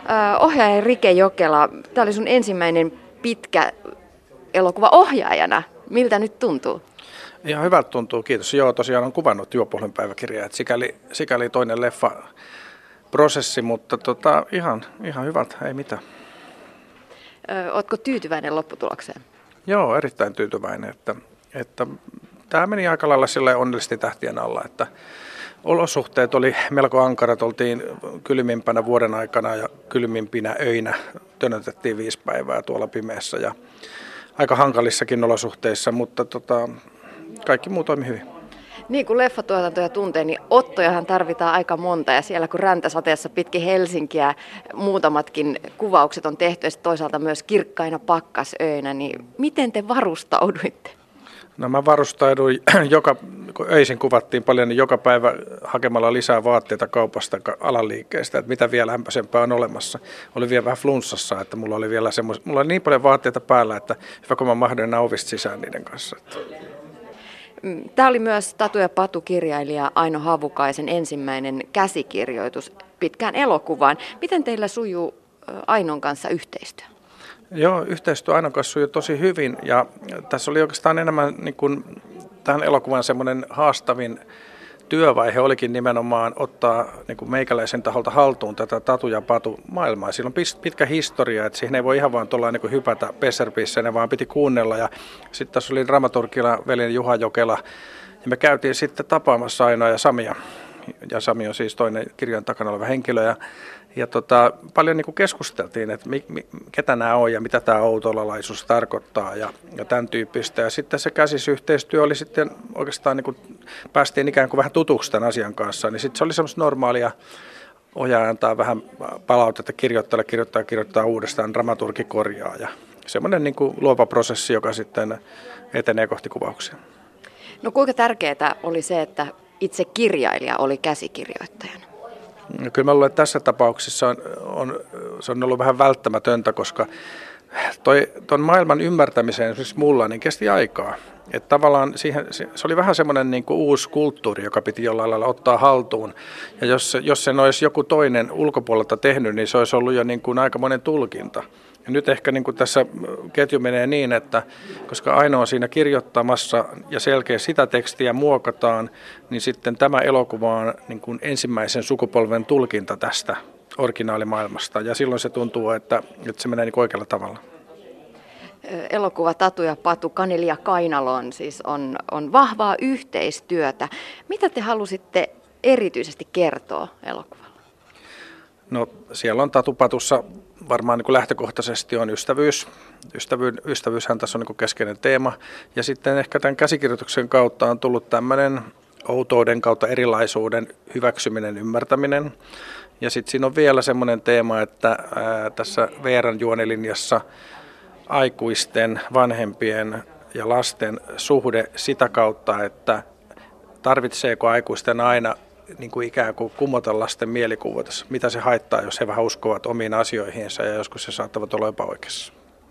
Ohjaaja Rike Jokela, tämä oli sun ensimmäinen pitkä elokuva ohjaajana. Miltä nyt tuntuu? Ihan hyvältä tuntuu, kiitos. Joo, tosiaan on kuvannut Juoppohden päiväkirjaa, että sikäli toinen leffa-prosessi, mutta ihan hyvältä, ei mitään. Ootko tyytyväinen lopputulokseen? Joo, erittäin tyytyväinen, että tämä meni aika lailla silleen onnellisesti tähtien alla, että olosuhteet oli melko ankarat, oltiin kylmimpänä vuoden aikana ja kylmimpinä öinä tönötettiin 5 päivää tuolla pimeässä ja aika hankalissakin olosuhteissa, mutta kaikki muu toimi hyvin. Niin kuin leffatuotantoja tuntee, niin ottojahan tarvitaan aika monta ja siellä kun räntäsateessa pitkin Helsinkiä muutamatkin kuvaukset on tehty ja toisaalta myös kirkkaina pakkasöinä, niin miten te varustauduitte? No mä varustauduin, kun öisin kuvattiin paljon, niin joka päivä hakemalla lisää vaatteita kaupasta alaliikkeestä, että mitä vielä lämpöisempää on olemassa. Oli vielä vähän flunssassa, että mulla oli niin paljon vaatteita päällä, että hyvä kun mä mahdoin enää ovista sisään niiden kanssa. Tämä oli myös Tatu ja Patu-kirjailija Aino Havukaisen ensimmäinen käsikirjoitus pitkään elokuvaan. Miten teillä sujuu Ainon kanssa yhteistyö? Joo, yhteistyö Ainon kanssa sujuu tosi hyvin ja tässä oli oikeastaan enemmän niin kuin tähän elokuvan semmoinen haastavin työvaihe olikin nimenomaan ottaa niin kuin meikäläisen taholta haltuun tätä Tatu ja Patu maailmaa. Sillä on pitkä historia, että siihen ei voi ihan vaan tuolla niin kuin hypätä pesserpisseen, vaan piti kuunnella. Ja sitten tässä oli dramaturgilla veljen Juha Jokela ja me käytiin sitten tapaamassa Ainoa ja Samia. Ja Sami on siis toinen kirjan takana oleva henkilö. Ja paljon niin kuin keskusteltiin, että ketä nämä on ja mitä tämä outolalaisuus tarkoittaa ja tämän tyyppistä. Ja sitten se käsisyhteistyö oli sitten oikeastaan, niin kuin päästiin ikään kuin vähän tutuksi tämän asian kanssa, niin sitten se oli semmoista normaalia ohjaaja antaa vähän palautetta, kirjoittaa uudestaan, dramaturgi korjaa ja semmoinen niin kuin luova prosessi, joka sitten etenee kohti kuvauksia. No kuinka tärkeää oli se, että itse kirjailija oli käsikirjoittajana? Kyllä mä luulen, että tässä tapauksessa se on ollut vähän välttämätöntä, koska tuon maailman ymmärtämiseen esimerkiksi mulla niin kesti aikaa. Että tavallaan se oli vähän semmoinen niin kuin uusi kulttuuri, joka piti jollain lailla ottaa haltuun. Ja jos sen olisi joku toinen ulkopuolelta tehnyt, niin se olisi ollut jo niin kuin aikamoinen tulkinta. Ja nyt ehkä niin kuin tässä ketju menee niin, että koska Aino on siinä kirjoittamassa ja selkeä sitä tekstiä muokataan, niin sitten tämä elokuva on niin kuin ensimmäisen sukupolven tulkinta tästä originaalimaailmasta. Ja silloin se tuntuu, että se menee niin kuin oikealla tavalla. Elokuva Tatu ja Patu, Kaneli ja Kainaloon siis on vahvaa yhteistyötä. Mitä te halusitte erityisesti kertoa elokuvalla? No siellä on Tatu Patussa varmaan niin kuin lähtökohtaisesti on ystävyys. Ystävyyshän tässä on niin kuin keskeinen teema. Ja sitten ehkä tämän käsikirjoituksen kautta on tullut tämmöinen outouden kautta erilaisuuden hyväksyminen, ymmärtäminen. Ja sitten siinä on vielä semmoinen teema, että tässä Veeran juonilinjassa aikuisten, vanhempien ja lasten suhde sitä kautta, että tarvitseeko aikuisten aina niin kuin ikään kuin kumota lasten mielikuvat, mitä se haittaa, jos he vähän uskovat omiin asioihinsa ja joskus he saattavat olla epäoikeassa.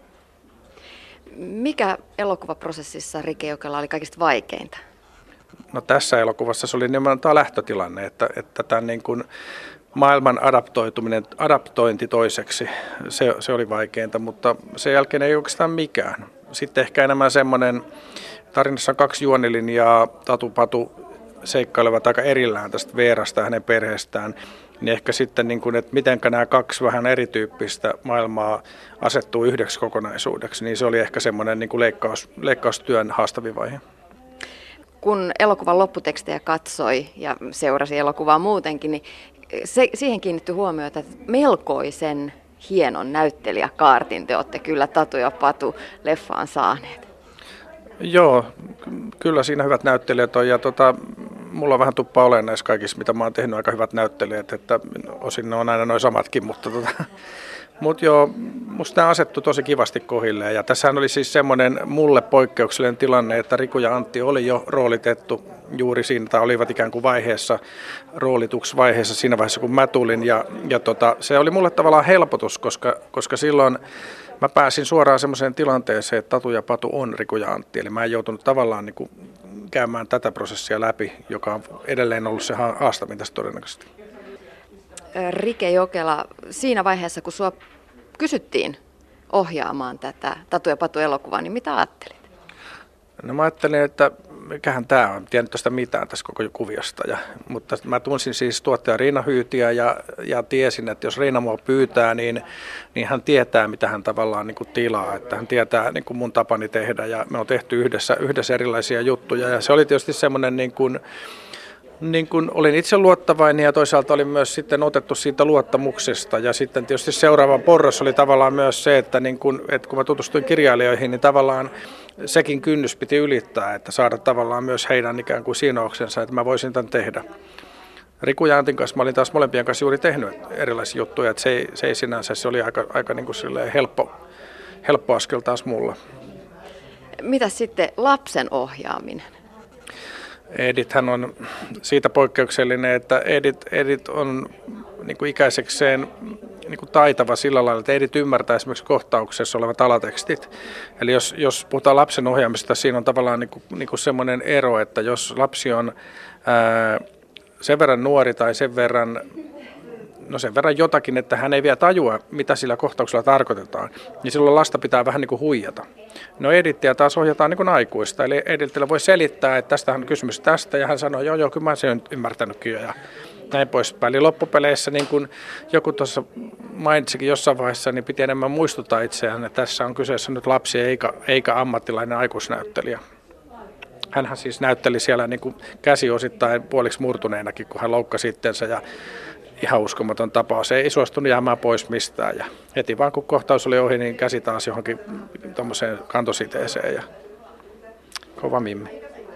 Mikä elokuvaprosessissa Rike Jokela oli kaikista vaikeinta? No tässä elokuvassa se oli nimenomaan tämä lähtötilanne, että tämän niin kuin maailman adaptointi toiseksi, se oli vaikeinta, mutta sen jälkeen ei oikeastaan mikään. Sitten ehkä enemmän semmoinen, tarinassa on 2 juonilinjaa, Tatu Patu seikkailevat aika erillään tästä Veerasta ja hänen perheestään, niin ehkä sitten, niin kuin, että mitenkä nämä 2 vähän erityyppistä maailmaa asettuu yhdeksi kokonaisuudeksi, niin se oli ehkä semmoinen niin kuin leikkaustyön haastavin vaihe. Kun elokuvan lopputekstejä katsoi ja seurasi elokuvaa muutenkin, niin siihen kiinnittyi huomiota, että melkoisen hienon näyttelijäkaartin te olette kyllä Tatu ja Patu leffaan saaneet. Joo, kyllä siinä hyvät näyttelijät on ja mulla on vähän tuppaa olemaan näissä kaikissa, mitä mä oon tehnyt, aika hyvät näyttelijät, että osin ne on aina noin samatkin, mutta joo, musta nämä asettu tosi kivasti kohdilleen ja tässähän oli siis semmoinen mulle poikkeuksellinen tilanne, että Riku ja Antti oli jo roolitettu juuri siinä, tai olivat ikään kuin roolituksvaiheessa siinä vaiheessa, kun mä tulin ja se oli mulle tavallaan helpotus, koska silloin mä pääsin suoraan semmoiseen tilanteeseen, että Tatu ja Patu on Riku ja Antti, eli mä en joutunut tavallaan niin kuin käymään tätä prosessia läpi, joka on edelleen ollut se haastavin tästä todennäköisesti. Rike Jokela, siinä vaiheessa kun sua kysyttiin ohjaamaan tätä Tatu ja Patu -elokuvaa, niin mitä ajattelit? No mä ajattelin, että mikähän tämä on, en tiennyt tästä mitään tässä koko kuviosta. Mutta mä tunsin siis tuottaja Riina Hyytiä ja tiesin, että jos Riina mua pyytää, niin hän tietää, mitä hän tavallaan niin kuin tilaa. Että hän tietää niin kuin mun tapani tehdä ja me on tehty yhdessä erilaisia juttuja. Ja se oli tietysti semmoinen, niin kuin olin itse luottavainen ja toisaalta oli myös sitten otettu siitä luottamuksesta. Ja sitten tietysti seuraava porras oli tavallaan myös se, että, että kun mä tutustuin kirjailijoihin, niin tavallaan sekin kynnys piti ylittää, että saada tavallaan myös heidän ikään kuin siinouksensa, että mä voisin tämän tehdä. Riku ja Antin kanssa mä olin taas molempien kanssa juuri tehnyt erilaisia juttuja, että se ei sinänsä, se oli aika niin kuin helppo askel taas mulla. Mitä sitten lapsen ohjaaminen? Edithän on siitä poikkeuksellinen, että Edit on niin kuin ikäisekseen niin kuin taitava sillä lailla, että Edit ymmärtää esimerkiksi kohtauksessa olevat alatekstit. Eli jos puhutaan lapsen ohjaamista, siinä on tavallaan niin kuin semmoinen ero, että jos lapsi on sen verran nuori tai sen verran jotakin, että hän ei vielä tajua, mitä sillä kohtauksella tarkoitetaan, niin silloin lasta pitää vähän niin kuin huijata. No Edittiä taas ohjataan niin kuin aikuista, eli Edittillä voi selittää, että tästähän on kysymys tästä, ja hän sanoo, joo, kyllä mä sen ymmärtänytkin jo, ja näin poispäin. Eli loppupeleissä, niin kuin joku tuossa mainitsikin jossain vaiheessa, niin piti enemmän muistuttaa itseään, että tässä on kyseessä nyt lapsi eikä ammattilainen aikuisnäyttelijä. Hänhän siis näytteli siellä niin kuin käsi osittain puoliksi murtuneenakin, kun hän loukkasi itsensä, ja ihan uskomaton tapaus. Ei suostunut jäämään pois mistään. Ja heti vaan kun kohtaus oli ohi, niin käsi taas johonkin tuommoiseen kantositeeseen ja kova mimmi.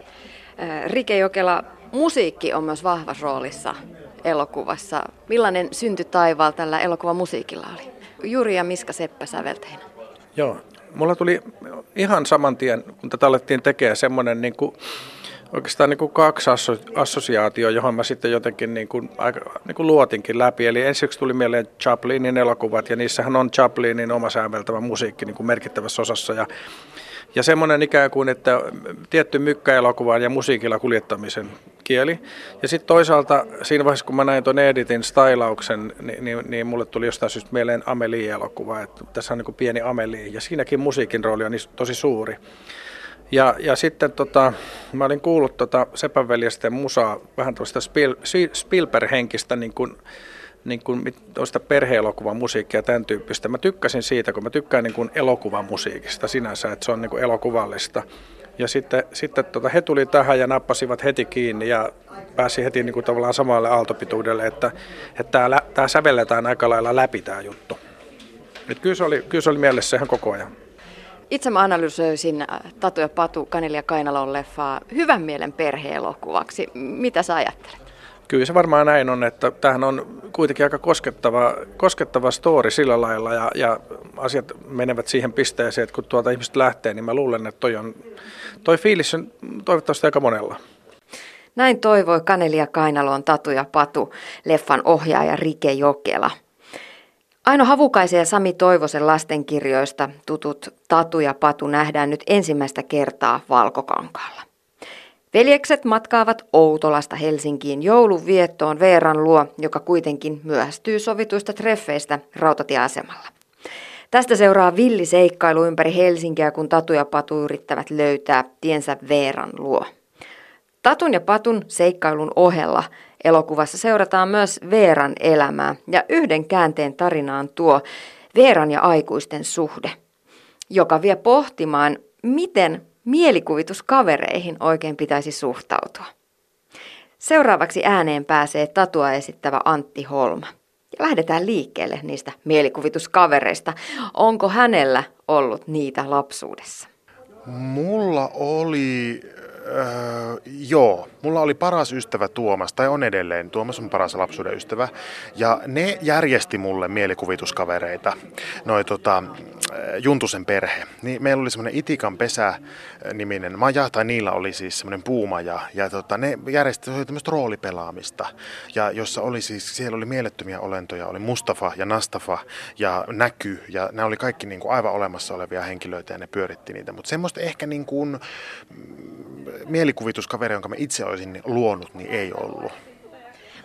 Rike Jokela, musiikki on myös vahvassa roolissa elokuvassa. Millainen syntytaivaalla tällä elokuvan musiikilla oli? Juri ja Miska Seppä säveltäjinä. Joo, mulla tuli ihan saman tien, kun tätä alettiin tekemään, semmoinen oikeastaan niin kuin kaksi assosiaatioa, johon mä sitten jotenkin luotinkin läpi. Eli ensiksi tuli mieleen Chaplinin elokuvat, ja niissähän on Chaplinin oma säveltävä musiikki niin kuin merkittävässä osassa. Ja semmoinen ikään kuin, että tietty mykkäelokuvaan ja musiikilla kuljettamisen kieli. Ja sitten toisaalta siinä vaiheessa, kun mä näin tuon Editin stylauksen, niin mulle tuli jostain syystä mieleen Amelie-elokuva. Että tässä on niin kuin pieni Amelie, ja siinäkin musiikin rooli on tosi suuri. Ja sitten mä olin kuullut Sepän veljesten musaa, vähän tuosta Spielberg-henkistä niin kuin tuosta perhe-elokuvan musiikkia ja tämän tyyppistä. Mä tykkäsin siitä, kun mä tykkään niin kuin elokuvan musiikista sinänsä, että se on niin kuin elokuvallista. Ja sitten he tuli tähän ja nappasivat heti kiinni ja pääsi heti niin kuin tavallaan samalle aaltopituudelle, että tämä sävelletään aika lailla läpi tämä juttu. Et kyllä se oli mielessä ihan koko ajan. Itse mä analysoisin Tatu ja Patu, Kaneli ja Kainalon leffaa hyvän mielen perhe-elokuvaksi. Mitä sä ajattelet? Kyllä se varmaan näin on, että tämähän on kuitenkin aika koskettava story sillä lailla ja asiat menevät siihen pisteeseen, että kun tuolta ihmiset lähtee, niin mä luulen, että toi fiilis on toivottavasti aika monella. Näin toivoi Kaneli ja Kainalon Tatu ja Patu leffan ohjaaja Rike Jokela. Aino Havukaisen ja Sami Toivosen lastenkirjoista tutut Tatu ja Patu nähdään nyt ensimmäistä kertaa Valkokankaalla. Veljekset matkaavat Outolasta Helsinkiin joulunviettoon Veeran luo, joka kuitenkin myöhästyy sovituista treffeistä rautatieasemalla. Tästä seuraa villi seikkailu ympäri Helsinkiä, kun Tatu ja Patu yrittävät löytää tiensä Veeran luo. Tatun ja Patun seikkailun ohella elokuvassa seurataan myös Veeran elämää ja yhden käänteen tarinaan tuo Veeran ja aikuisten suhde, joka vie pohtimaan, miten mielikuvituskavereihin oikein pitäisi suhtautua. Seuraavaksi ääneen pääsee Tatua esittävä Antti Holma. Ja lähdetään liikkeelle niistä mielikuvituskavereista. Onko hänellä ollut niitä lapsuudessa? Mulla oli mulla oli paras ystävä Tuomas, tai on edelleen. Tuomas on paras lapsuuden ystävä. Ja ne järjesti mulle mielikuvituskavereita, Juntusen perhe. Niin meillä oli semmoinen Itikan pesä-niminen maja, tai niillä oli siis semmoinen puumaja. Ja ne järjestivät tämmöistä roolipelaamista, ja jossa oli siis, siellä oli mielettömiä olentoja, oli Mustafa ja Nastafa ja Näky, ja nämä oli kaikki niin kuin aivan olemassa olevia henkilöitä, ja ne pyöritti niitä. Mutta semmoista ehkä niin kuin mielikuvituskaveri, jonka mä itse olisin luonut, niin ei ollut.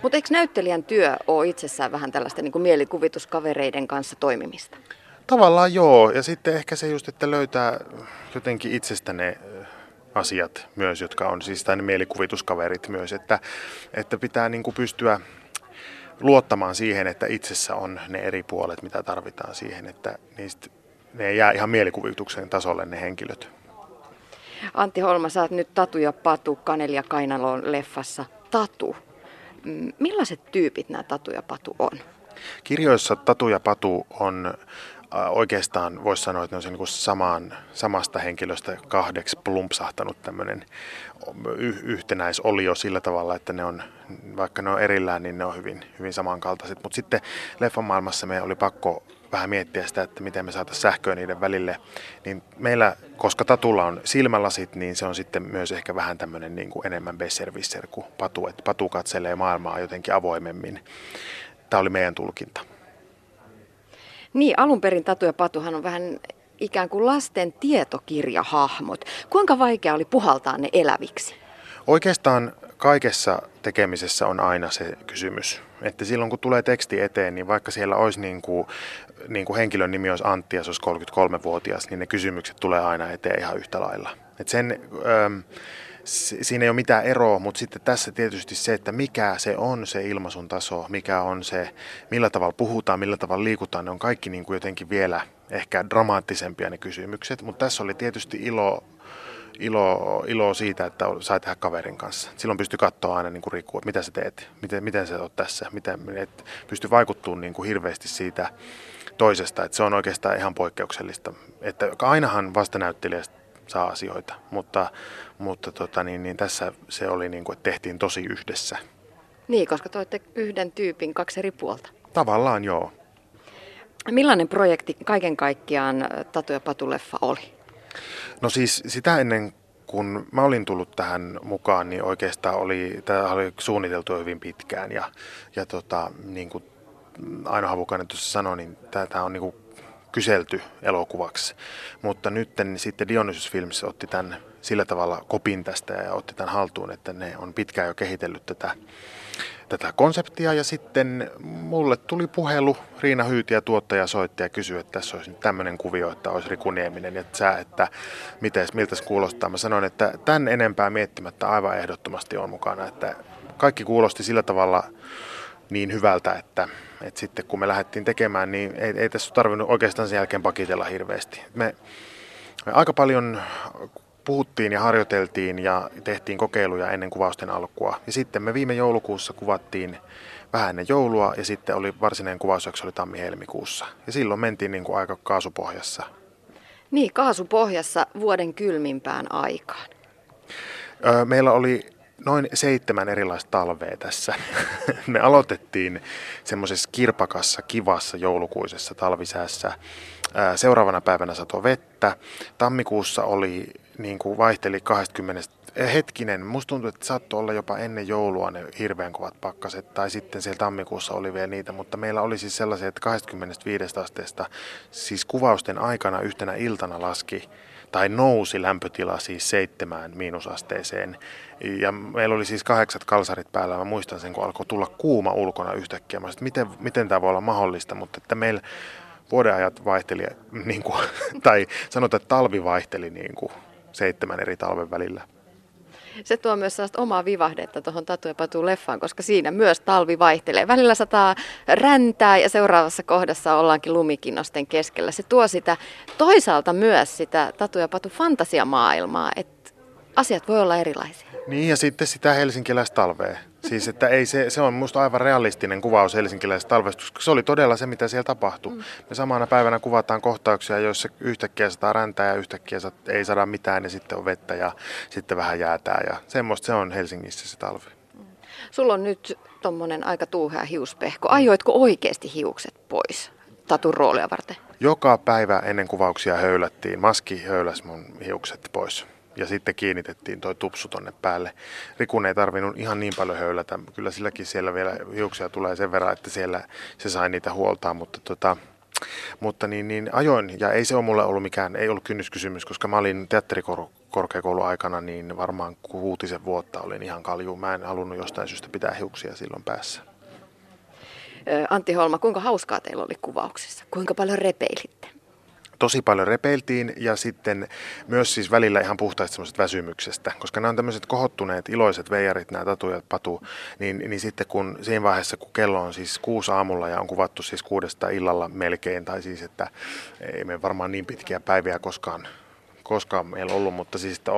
Mutta eikö näyttelijän työ ole itsessään vähän tällaista niin kuin mielikuvituskavereiden kanssa toimimista? Tavallaan joo, ja sitten ehkä se just, että löytää jotenkin itsestä ne asiat myös, jotka on siis ne mielikuvituskaverit myös, että pitää niin kuin pystyä luottamaan siihen, että itsessä on ne eri puolet, mitä tarvitaan siihen, että ne ei jää ihan mielikuvituksen tasolle ne henkilöt. Antti Holma, sä oot nyt Tatu ja Patu Kaneli ja Kainalon leffassa Tatu. Millaiset tyypit nämä Tatu ja Patu on? Kirjoissa Tatu ja Patu on oikeastaan, voisi sanoa, että ne on se niin samasta henkilöstä kahdeksi plumpsahtanut tämmöinen yhtenäisolio sillä tavalla, että ne on, vaikka ne on erillään, niin ne on hyvin, hyvin samankaltaiset. Mutta sitten leffan maailmassa meidän oli pakko vähän miettiä sitä, että miten me saataisiin sähköä niiden välille. Niin meillä, koska Tatulla on silmälasit, niin se on sitten myös ehkä vähän tämmöinen niin kuin enemmän besserwisser kuin Patu. Että Patu katselee maailmaa jotenkin avoimemmin. Tämä oli meidän tulkinta. Niin, alun perin Tatu ja Patuhan on vähän ikään kuin lasten tietokirjahahmot. Kuinka vaikea oli puhaltaa ne eläviksi? Oikeastaan kaikessa tekemisessä on aina se kysymys, että silloin kun tulee teksti eteen, niin vaikka siellä olisi niin kuin henkilön nimi olisi Antti ja se olisi 33-vuotias, niin ne kysymykset tulee aina eteen ihan yhtä lailla. Siinä ei ole mitään eroa, mutta sitten tässä tietysti se, että mikä se on se ilmaisun taso, mikä on se, millä tavalla puhutaan, millä tavalla liikutaan, ne on kaikki niin kuin jotenkin vielä ehkä dramaattisempia ne kysymykset, mutta tässä oli tietysti ilo siitä, että sai tehdä kaverin kanssa. Silloin pystyi katsoa aina niin kuin Riku, että mitä sä teet, miten sä oot tässä, että pystyi vaikuttumaan niin kuin hirveästi siitä toisesta, että se on oikeastaan ihan poikkeuksellista, että ainahan vastanäyttelijästä saa asioita, mutta tässä se oli niin kuin, että tehtiin tosi yhdessä. Niin, koska toitte yhden tyypin kaksi eri puolta. Tavallaan joo. Millainen projekti kaiken kaikkiaan Tatu ja Patu-leffa oli? No siis sitä ennen kun mä olin tullut tähän mukaan, niin oikeastaan tämä oli suunniteltu jo hyvin pitkään ja niin kuin Aino Havukainen tuossa sanoi, niin tämä on niin kuin kyselty elokuvaksi, mutta nyt sitten Dionysus Films otti tämän sillä tavalla kopin tästä ja otti tämän haltuun, että ne on pitkään jo kehitellyt tätä konseptia ja sitten mulle tuli puhelu, Riina Hyytiä tuottaja soitti ja kysyi, että tässä olisi nyt tämmöinen kuvio, että olisi Riku Nieminen että miltä se kuulostaa. Mä sanoin, että tämän enempää miettimättä aivan ehdottomasti on mukana, että kaikki kuulosti sillä tavalla niin hyvältä, että sitten kun me lähdettiin tekemään, niin ei tässä tarvinnut oikeastaan sen jälkeen pakitella hirveästi. Me aika paljon puhuttiin ja harjoiteltiin ja tehtiin kokeiluja ennen kuvausten alkua. Ja sitten me viime joulukuussa kuvattiin vähän ennen joulua ja sitten oli varsinainen kuvausjakso oli tammi-helmikuussa. Ja silloin mentiin niin kuin aika kaasupohjassa. Niin, kaasupohjassa vuoden kylmimpään aikaan. Meillä oli noin 7 erilaista talvea tässä. Me aloitettiin semmoisessa kirpakassa, kivassa joulukuisessa talvisäässä. Seuraavana päivänä satoi vettä. Tammikuussa oli, niin kuin vaihteli 20. Hetkinen, musta tuntuu, että saattoi olla jopa ennen joulua ne hirveän kovat pakkaset. Tai sitten siellä tammikuussa oli vielä niitä, mutta meillä oli siis sellaisia, että 25 asteesta siis kuvausten aikana yhtenä iltana nousi lämpötila siis 7 miinusasteeseen. Ja meillä oli siis 8 kalsarit päällä. Mä muistan sen, kun alkoi tulla kuuma ulkona yhtäkkiä. Mä sanoin, että miten tämä voi olla mahdollista, mutta että meillä vuodenajat vaihteli, niin kuin, tai sanotaan, että talvi vaihteli niin kuin 7 eri talven välillä. Se tuo myös sellaista omaa vivahdetta tuohon Tatu ja Patu -leffaan, koska siinä myös talvi vaihtelee. Välillä sataa räntää ja seuraavassa kohdassa ollaankin lumikinnosten keskellä. Se tuo sitä toisaalta myös sitä Tatu ja Patu -fantasiamaailmaa, että asiat voi olla erilaisia. Niin ja sitten sitä helsinkiläistalvea. Siis että se on musta aivan realistinen kuvaus helsinkiläisestä talvesta, koska se oli todella se, mitä siellä tapahtui. Me samana päivänä kuvataan kohtauksia, joissa yhtäkkiä sataa räntää ja yhtäkkiä ei saada mitään ja sitten on vettä ja sitten vähän jäätää ja semmoista se on Helsingissä se talvi. Sulla on nyt tommonen aika tuuhea hiuspehko. Aioitko oikeasti hiukset pois Tatun roolia varten? Joka päivä ennen kuvauksia höylättiin. Maski höyläsi mun hiukset pois. Ja sitten kiinnitettiin toi tupsu tonne päälle. Rikun ei tarvinnut ihan niin paljon höylätä. Kyllä silläkin siellä vielä hiuksia tulee sen verran, että siellä se sai niitä huoltaa. Mutta niin ajoin. Ja ei se ole mulle ollut mikään, ei ollut kynnyskysymys, koska mä olin teatterikoulussa korkeakouluaikana, niin varmaan 6 vuotta olin ihan kalju. Mä en halunnut jostain syystä pitää hiuksia silloin päässä. Antti Holma, kuinka hauskaa teillä oli kuvauksissa? Kuinka paljon repeilitte? Tosi paljon repeiltiin ja sitten myös siis välillä ihan puhtaasti semmoiset väsymyksestä, koska nämä on tämmöiset kohottuneet iloiset veijarit, nämä Tatu ja Patu, niin sitten kun siinä vaiheessa, kun kello on siis 6 aamulla ja on kuvattu siis 6 illalla melkein, tai siis että ei me varmaan niin pitkiä päiviä koskaan meillä ollut, mutta siis että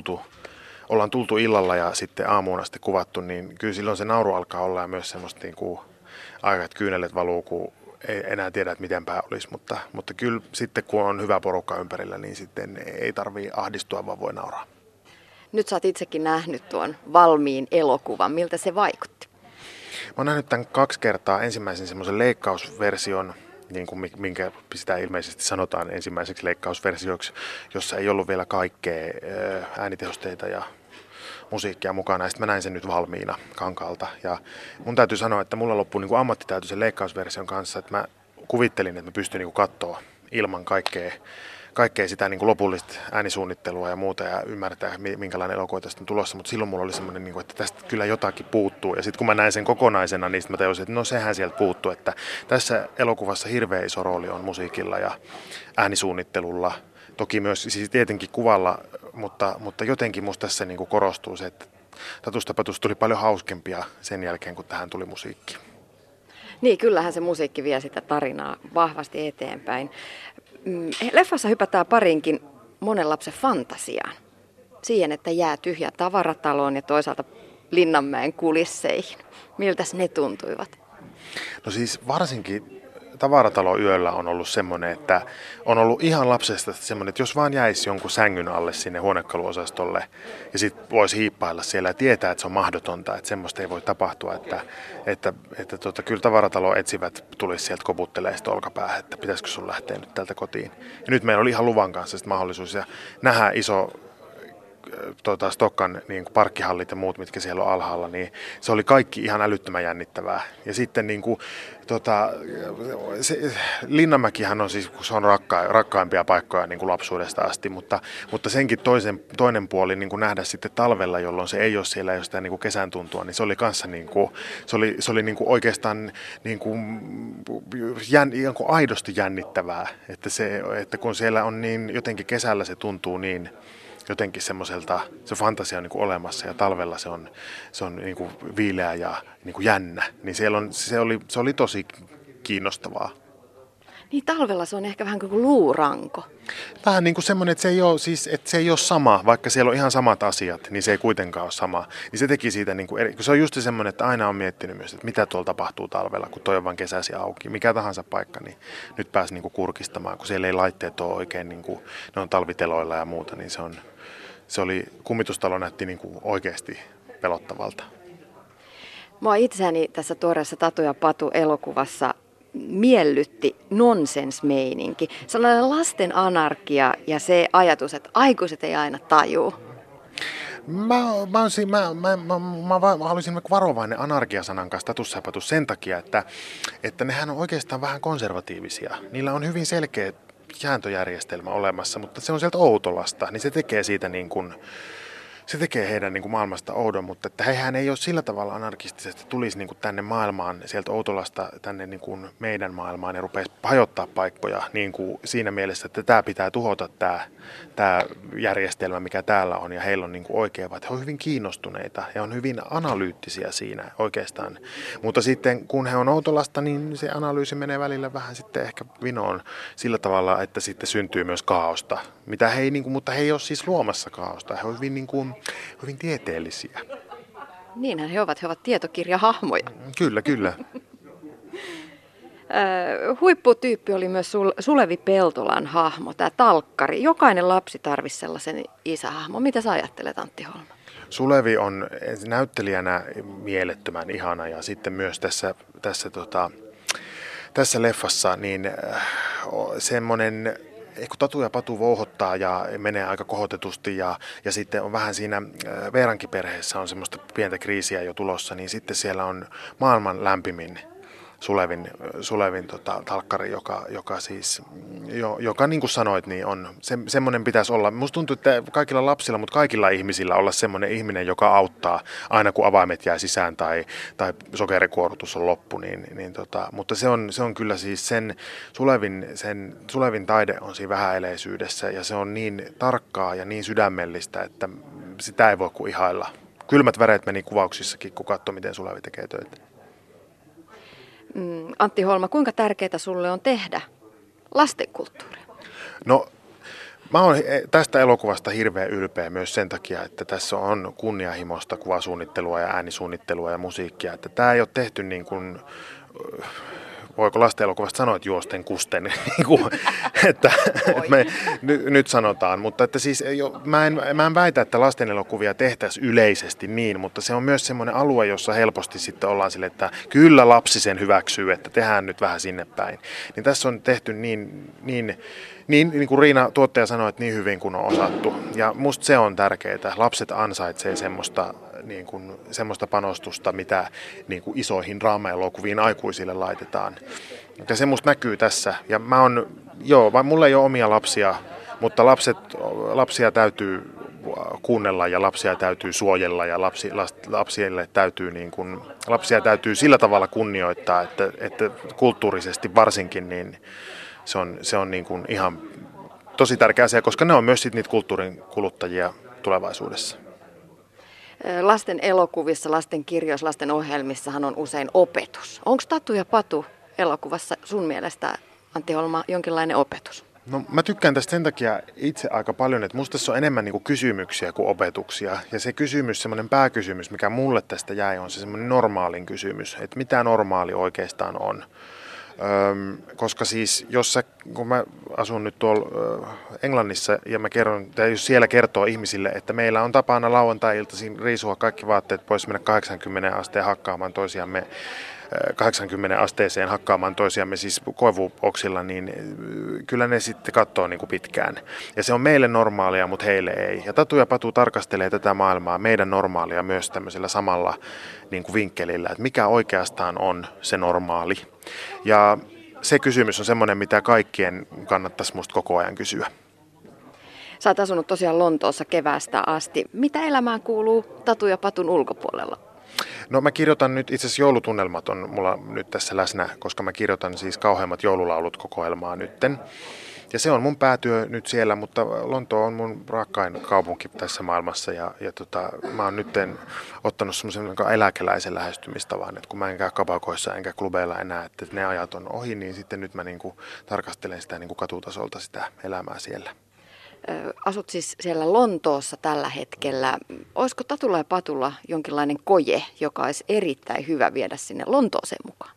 ollaan tultu illalla ja sitten aamuun asti kuvattu, niin kyllä silloin se nauru alkaa olla ja myös semmoista niin kuin aika, että kyynelet valuu, kun ei enää tiedä, että miten päin olisi, mutta kyllä sitten kun on hyvä porukka ympärillä, niin sitten ei tarvitse ahdistua, vaan voi nauraa. Nyt sä oot itsekin nähnyt tuon valmiin elokuvan. Miltä se vaikutti? Mä oon nähnyt tämän 2 kertaa. Ensimmäisen semmoisen leikkausversion, niin kuin minkä sitä ilmeisesti sanotaan ensimmäiseksi leikkausversioksi, jossa ei ollut vielä kaikkea äänitehosteita ja musiikkia mukana, ja sitten mä näin sen nyt valmiina kankaalta. Ja mun täytyy sanoa, että mulla loppui niin kuin ammattitaito sen leikkausversion kanssa, että mä kuvittelin, että mä pystyn niin kuin katsoa ilman kaikkea sitä niin kuin lopullista äänisuunnittelua ja muuta ja ymmärtää, minkälainen elokuva tästä on tulossa, mutta silloin mulla oli semmoinen, niin kuin, että tästä kyllä jotakin puuttuu. Ja sitten kun mä näin sen kokonaisena, niin mä tajusin, että no sehän sieltä puuttuu, että tässä elokuvassa hirveän iso rooli on musiikilla ja äänisuunnittelulla. Toki myös siis tietenkin kuvalla, mutta jotenkin musta tässä niin kuin korostuu se, että Tatusta Patusta tuli paljon hauskempia sen jälkeen, kun tähän tuli musiikki. Niin, kyllähän se musiikki vie sitä tarinaa vahvasti eteenpäin. Leffassa hypätään parinkin monen lapsen fantasiaan. Siihen, että jää tyhjä tavarataloon ja toisaalta Linnanmäen kulisseihin. Miltäs ne tuntuivat? No siis varsinkin Tavaratalo yöllä on ollut semmoinen, että on ollut ihan lapsesta semmoinen, että jos vaan jäisi jonkun sängyn alle sinne huonekaluosastolle ja sitten voisi hiippailla siellä ja tietää, että se on mahdotonta, että semmoista ei voi tapahtua, että kyllä Tavaratalo etsivät tulisi sieltä koputtelemaan sitä olkapäähän, että pitäisikö sun lähteä nyt täältä kotiin. Ja nyt meillä oli ihan luvan kanssa mahdollisuus ja nähdä iso Stokkan niin kuin parkkihallit ja muut, mitkä siellä on alhaalla, niin se oli kaikki ihan älyttömän jännittävää. Ja sitten niin kuin, Linnanmäkihän on siis, se on rakkaimpia paikkoja niin kuin lapsuudesta asti, mutta senkin toinen puoli niin kuin nähdä sitten talvella, jolloin se ei ole siellä jostain niin kuin kesän tuntua, niin se oli kanssa niin kuin, se oli niin kuin oikeastaan niin kuin aidosti jännittävää, että kun siellä on niin jotenkin kesällä se tuntuu niin jotenkin semmoiselta, se fantasia on niin kuin olemassa ja talvella se on niin kuin viileä ja niin kuin jännä, niin se oli tosi kiinnostavaa. Niin talvella se on ehkä vähän kuin luuranko. Vähän niin kuin semmoinen, että se ei ole sama, vaikka siellä on ihan samat asiat, niin se ei kuitenkaan ole sama. Niin se teki siitä, niin kuin se on just semmoinen, että aina on miettinyt myös, että mitä tuolla tapahtuu talvella, kun toi on vain kesäsi auki. Mikä tahansa paikka, niin nyt pääsi niin kuin kurkistamaan, kun siellä ei laitteet ole oikein, niin kuin, ne on talviteloilla ja muuta, niin se oli, kummitustalo näytti niin kuin oikeasti pelottavalta. Mua itseäni tässä tuoreessa Tatu ja Patu -elokuvassa miellytti nonsensmeininki. Sellainen lasten anarkia ja se ajatus, että aikuiset ei aina tajuu. Mä haluaisin varovainen anarkiasanan kanssa Tatussa ja Patussa sen takia, että nehän on oikeastaan vähän konservatiivisia. Niillä on hyvin selkeä sääntöjärjestelmä olemassa, mutta se on sieltä Outolasta, niin se tekee siitä niin kuin, se tekee heidän niin kuin maailmasta oudon, mutta että hehän ei ole sillä tavalla anarkistisesti, että tulisi niin kuin tänne maailmaan, sieltä Outolasta tänne niin kuin meidän maailmaan ja rupeaisi hajottaa paikkoja niin kuin siinä mielessä, että tämä pitää tuhota tämä järjestelmä, mikä täällä on ja heillä on niin kuin oikea, että he on hyvin kiinnostuneita ja on hyvin analyyttisiä siinä oikeastaan. Mutta sitten kun he on Outolasta, niin se analyysi menee välillä vähän sitten ehkä vinoon sillä tavalla, että sitten syntyy myös kaaosta, mitä he ei, niin kuin, mutta he ei ole siis luomassa kaaosta, he ovat hyvin niin kuin hyvin tieteellisiä. Niinhän he ovat tietokirjahahmoja. Kyllä. Huipputyyppi oli myös Sulevi Peltolan hahmo, tämä talkkari. Jokainen lapsi tarvitsisi sellaisen isähahmon. Mitä sä ajattelet, Antti Holma? Sulevi on näyttelijänä mielettömän ihana ja sitten myös tässä leffassa niin semmoinen, kun Tatu ja Patu vouhottaa ja menee aika kohotetusti ja sitten on vähän siinä Veerankin perheessä on semmoista pientä kriisiä jo tulossa, niin sitten siellä on maailman lämpimin Sulevin talkkari, joka siis, joka niin kuin sanoit, niin on semmoinen pitäisi olla. Musta tuntuu, että kaikilla lapsilla, mutta kaikilla ihmisillä olla semmoinen ihminen, joka auttaa aina kun avaimet jää sisään tai sokerikuorutus on loppu. Mutta se on kyllä siis Sulevin taide on siinä vähäeleisyydessä ja se on niin tarkkaa ja niin sydämellistä, että sitä ei voi kuin ihailla. Kylmät väreet meni kuvauksissakin, kun katsoi, miten Sulevi tekee töitä. Antti Holma, kuinka tärkeää sulle on tehdä lastenkulttuuria? No, mä oon tästä elokuvasta hirveän ylpeä myös sen takia, että tässä on kunnianhimoista kuvasuunnittelua ja äänisuunnittelua ja musiikkia. Että tämä ei ole tehty niin kuin, voiko lasten elokuvasta sanoa, että juosten kusten, että me nyt sanotaan. Mutta että siis, mä en väitä, että lasten elokuvia tehtäisiin yleisesti niin, mutta se on myös semmoinen alue, jossa helposti sitten ollaan sille, että kyllä lapsi sen hyväksyy, että tehdään nyt vähän sinne päin. Niin tässä on tehty niin kuin Riina tuottaja sanoi, että niin hyvin kuin on osattu. Ja musta se on tärkeää. Lapset ansaitsee semmoista panostusta, mitä niin kuin isoihin draama-elokuviin aikuisille laitetaan. Ja se musta näkyy tässä. Ja mulla ei ole omia lapsia, mutta lapsia täytyy kuunnella ja lapsia täytyy suojella ja lapsia täytyy sillä tavalla kunnioittaa, että kulttuurisesti varsinkin niin se on niin kuin ihan tosi tärkeä asia, koska ne on myös sit niitä kulttuurin kuluttajia tulevaisuudessa. Lasten elokuvissa, lasten kirjoissa, lasten ohjelmissahan on usein opetus. Onko Tatu ja Patu elokuvassa sun mielestä, Antti Holma, jonkinlainen opetus? No mä tykkään tästä sen takia itse aika paljon, että musta tässä on enemmän niin kuin kysymyksiä kuin opetuksia. Ja se kysymys, semmoinen pääkysymys, mikä mulle tästä jäi, on se semmoinen normaalin kysymys, että mitä normaali oikeastaan on. Koska siis, kun mä asun nyt tuolla Englannissa ja mä kerron, tai jos siellä kertoo ihmisille, että meillä on tapana lauantai-iltaisin riisua kaikki vaatteet pois, mennä 80 asteen hakkaamaan toisiamme, 80 asteeseen hakkaamaan toisiamme siis koivuoksilla, niin kyllä ne sitten katsoo niin kuin pitkään. Ja se on meille normaalia, mutta heille ei. Ja Tatu ja Patu tarkastelee tätä maailmaa, meidän normaalia myös tämmöisellä samalla niin kuin vinkkelillä, että mikä oikeastaan on se normaali. Ja se kysymys on semmoinen, mitä kaikkien kannattaisi musta koko ajan kysyä. Sä oot asunut tosiaan Lontoossa keväästä asti. Mitä elämään kuuluu Tatu ja Patun ulkopuolella? No mä kirjoitan nyt, itse asiassa joulutunnelmat on mulla nyt tässä läsnä, koska mä kirjoitan siis kauheimmat joululaulut kokoelmaa nytten. Ja se on mun päätyö nyt siellä, mutta Lontoo on mun rakkain kaupunki tässä maailmassa ja mä oon nyt ottanut semmoisen eläkeläisen lähestymistavan, että kun mä en käy kapakoissa enkä klubeilla enää, että ne ajat on ohi, niin sitten nyt mä niinku tarkastelen sitä niinku katutasolta sitä elämää siellä. Asut siis siellä Lontoossa tällä hetkellä. Olisiko Tatulla ja Patulla jonkinlainen koje, joka olisi erittäin hyvä viedä sinne Lontooseen mukaan?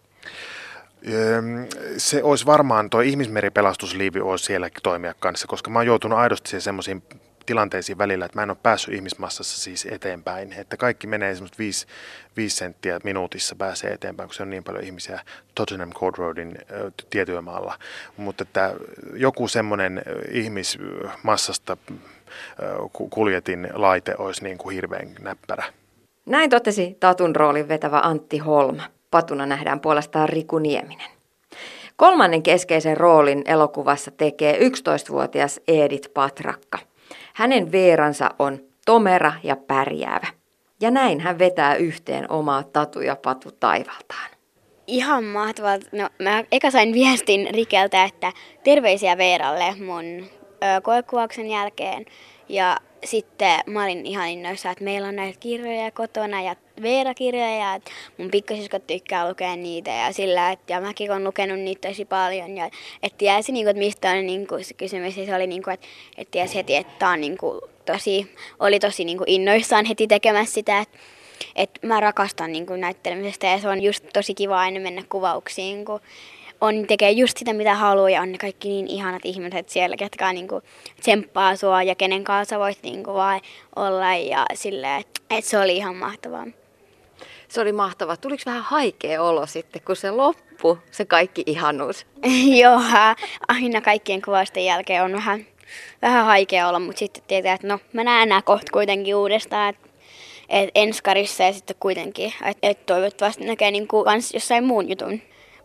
Se olisi varmaan, tuo ihmismeripelastusliivi olisi siellä toimia kanssa, koska mä oon joutunut aidosti semmoisiin tilanteisiin välillä, että mä en ole päässyt ihmismassassa siis eteenpäin. Että kaikki menee semmoista 5 senttiä minuutissa pääsee eteenpäin, kun se on niin paljon ihmisiä Tottenham Court Roadin tietyömaalla. Mutta että joku semmoinen ihmismassasta kuljetin laite olisi niin kuin hirveän näppärä. Näin totesi Tatun roolin vetävä Antti Holma. Patuna nähdään puolestaan Riku Nieminen. Kolmannen keskeisen roolin elokuvassa tekee 11-vuotias Edith Patrakka. Hänen Veeransa on tomera ja pärjäävä. Ja näin hän vetää yhteen omaa Tatu ja Patu taivaltaan. Ihan mahtavaa. No, mä eka sain viestin Rikeltä, että terveisiä Veeralle mun koekuvauksen jälkeen. Ja sitten mä olin ihan innoissa, että meillä on näitä kirjoja kotona ja Veera-kirjoja ja mun pikkasiskot tykkää lukea niitä ja sillä, että ja mäkin olen lukenut niitä tosi paljon ja että tiesi niinku, että mistä on niinku se kysymys ja se oli niinku, että tiesi heti, että tää on niinku oli tosi niinku innoissaan heti tekemässä sitä, että mä rakastan niinku näyttelemisestä ja se on just tosi kiva aina mennä kuvauksiin, kun tekee just sitä, mitä haluaa ja on ne kaikki niin ihanat ihmiset siellä, ketkä niinku tsemppaa sua ja kenen kanssa voit niinku vaan olla ja silleen, että se oli ihan mahtavaa. Se oli mahtavaa. Tuliko vähän haikea olo sitten, kun se loppui, se kaikki ihanuus? Joo, aina kaikkien kuvausten jälkeen on vähän haikea olo, mutta sitten tietää, että no mä näen nämä kohta kuitenkin uudestaan, että enskarissa ja sitten kuitenkin, että toivottavasti näkee niinku kans jossain muun jutun.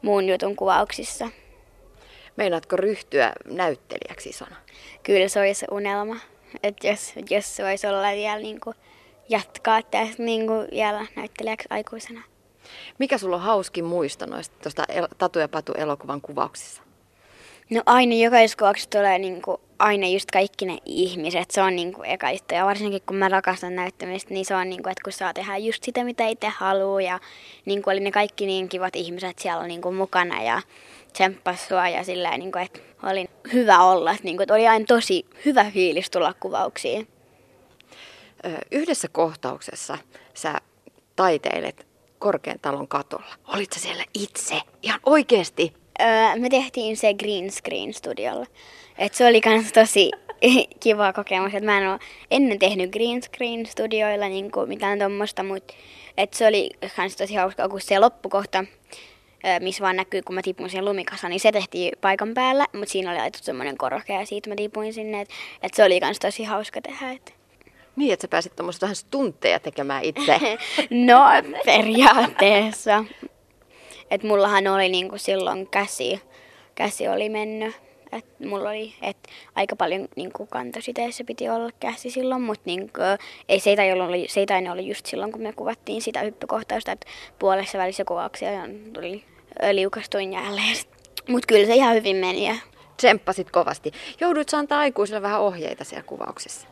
muun jutun kuvauksissa. Meinaatko ryhtyä näyttelijäksi isona? Kyllä se olisi unelma, että jos se voisi olla vielä jatkaa tästä vielä näyttelijäksi aikuisena. Mikä sulla on hauskin muisto tuosta Tatu ja Patu elokuvan kuvauksissa? No aina jokaisessa kuvauksessa tulee aina just kaikki ne ihmiset. Se on eka juttu. Ja varsinkin kun mä rakastan näyttämistä, niin se on että kun saa tehdä just sitä, mitä itse haluaa. Ja oli ne kaikki niin kivat ihmiset siellä mukana ja tsemppas sua ja sillä että oli hyvä olla. Että oli aina tosi hyvä fiilis tulla kuvauksiin. Yhdessä kohtauksessa sä taiteilet Korkean talon katolla. Olitko siellä itse? Ihan oikeesti? Me tehtiin se green screen studiolla. Et se oli kans tosi kiva kokemus. Et mä en ole ennen tehnyt green screen studioilla mitään tommoista, mutta se oli kans tosi hauska, kun se loppukohta, missä vaan näkyy, kun mä tipuin siihen lumikasaan, niin se tehtiin paikan päällä, mutta siinä oli laitettu semmoinen korkea ja siitä mä tipuin sinne. Et se oli kans tosi hauska tehdä. Niin, että sä pääsit tommoista vähän stuntteja tekemään itse. No, periaatteessa. Että mullahan oli silloin käsi oli mennyt. Että mulla oli aika paljon kantositeessä piti olla käsi silloin, mutta ei se ei tainnut olla just silloin, kun me kuvattiin sitä hyppykohtausta, että puolessa välissä kuvauksia tuli liukastuin jälleen. Mutta kyllä se ihan hyvin meni. Ja tsemppasit kovasti. Jouduit sä antaa aikuisille vähän ohjeita siellä kuvauksessa?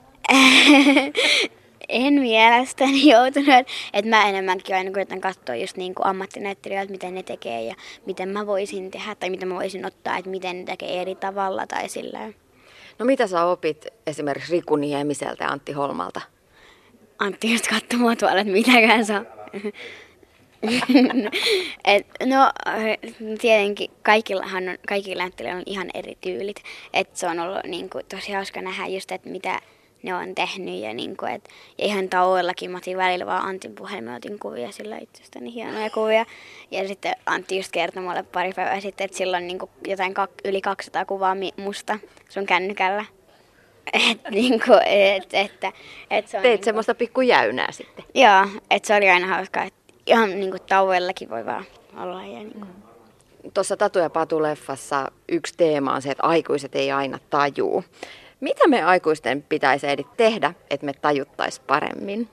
En mielestäni joutunut. Että mä enemmänkin aina koitan katsoa just ammattinäyttelijöiltä, miten ne tekee ja miten mä voisin tehdä tai miten mä voisin ottaa, että miten ne tekee eri tavalla tai sillä. No mitä sä opit esimerkiksi Riku Niemiseltä ja Antti Holmalta? Antti just katsoi mua tuolla, että mitäkään saa. Tietenkin kaikilla näyttelijöillä on ihan eri tyylit. Et se on ollut tosi hauska nähdä just, että mitä ne on tehnyt ja ja ihan tauoillakin mä otin välillä vaan Antin puhelimella otin kuvia sillä itsestäni hienoja kuvia. Ja sitten Antti just kertoi mulle pari päivää sitten, että sillä on jotain yli 200 kuvaa musta sun kännykällä. Se on teit semmoista pikkujäynää sitten. Joo, että se oli aina hauskaa, että ihan tauoillakin voi vaan olla. Ja Tuossa Tatu ja Patu-leffassa yksi teema on se, että aikuiset ei aina tajuu. Mitä me aikuisten pitäisi tehdä, että me tajuttaisiin paremmin?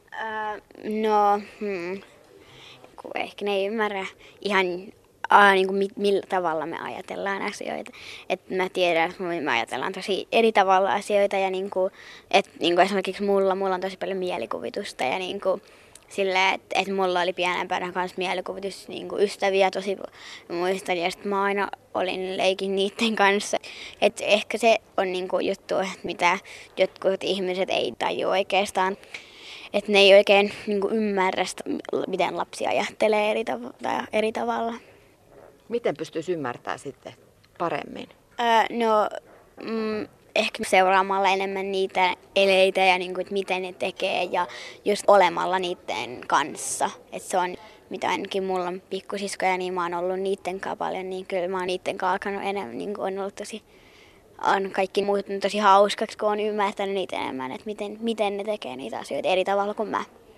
Kun ehkä ne ei ymmärrä ihan millä tavalla me ajatellaan asioita. Että mä tiedän, että me ajatellaan tosi eri tavalla asioita ja esimerkiksi mulla on tosi paljon mielikuvitusta ja sillä, että mulla oli pienempänä kanssa mielikuvitus ystäviä tosi muistan ja sitten mä aina olin leikin niiden kanssa. Että ehkä se on juttu, että mitä jotkut ihmiset ei tajua oikeastaan. Että ne ei oikein ymmärrä sitä, miten lapsi ajattelee eri tavalla. Miten pystyisi ymmärtämään sitten paremmin? Ehkä seuraamalla enemmän niitä eleitä ja että miten ne tekee ja just olemalla niiden kanssa. Että se on, mitä ainakin mulla on pikkusiskoja, niin mä oon ollut niiden kanssa paljon, niin kyllä mä oon niiden kanssa alkanut enemmän, on ollut on kaikki muut tosi hauskaksi, kun on ymmärtänyt niitä enemmän, että miten ne tekee niitä asioita eri tavalla kuin mä.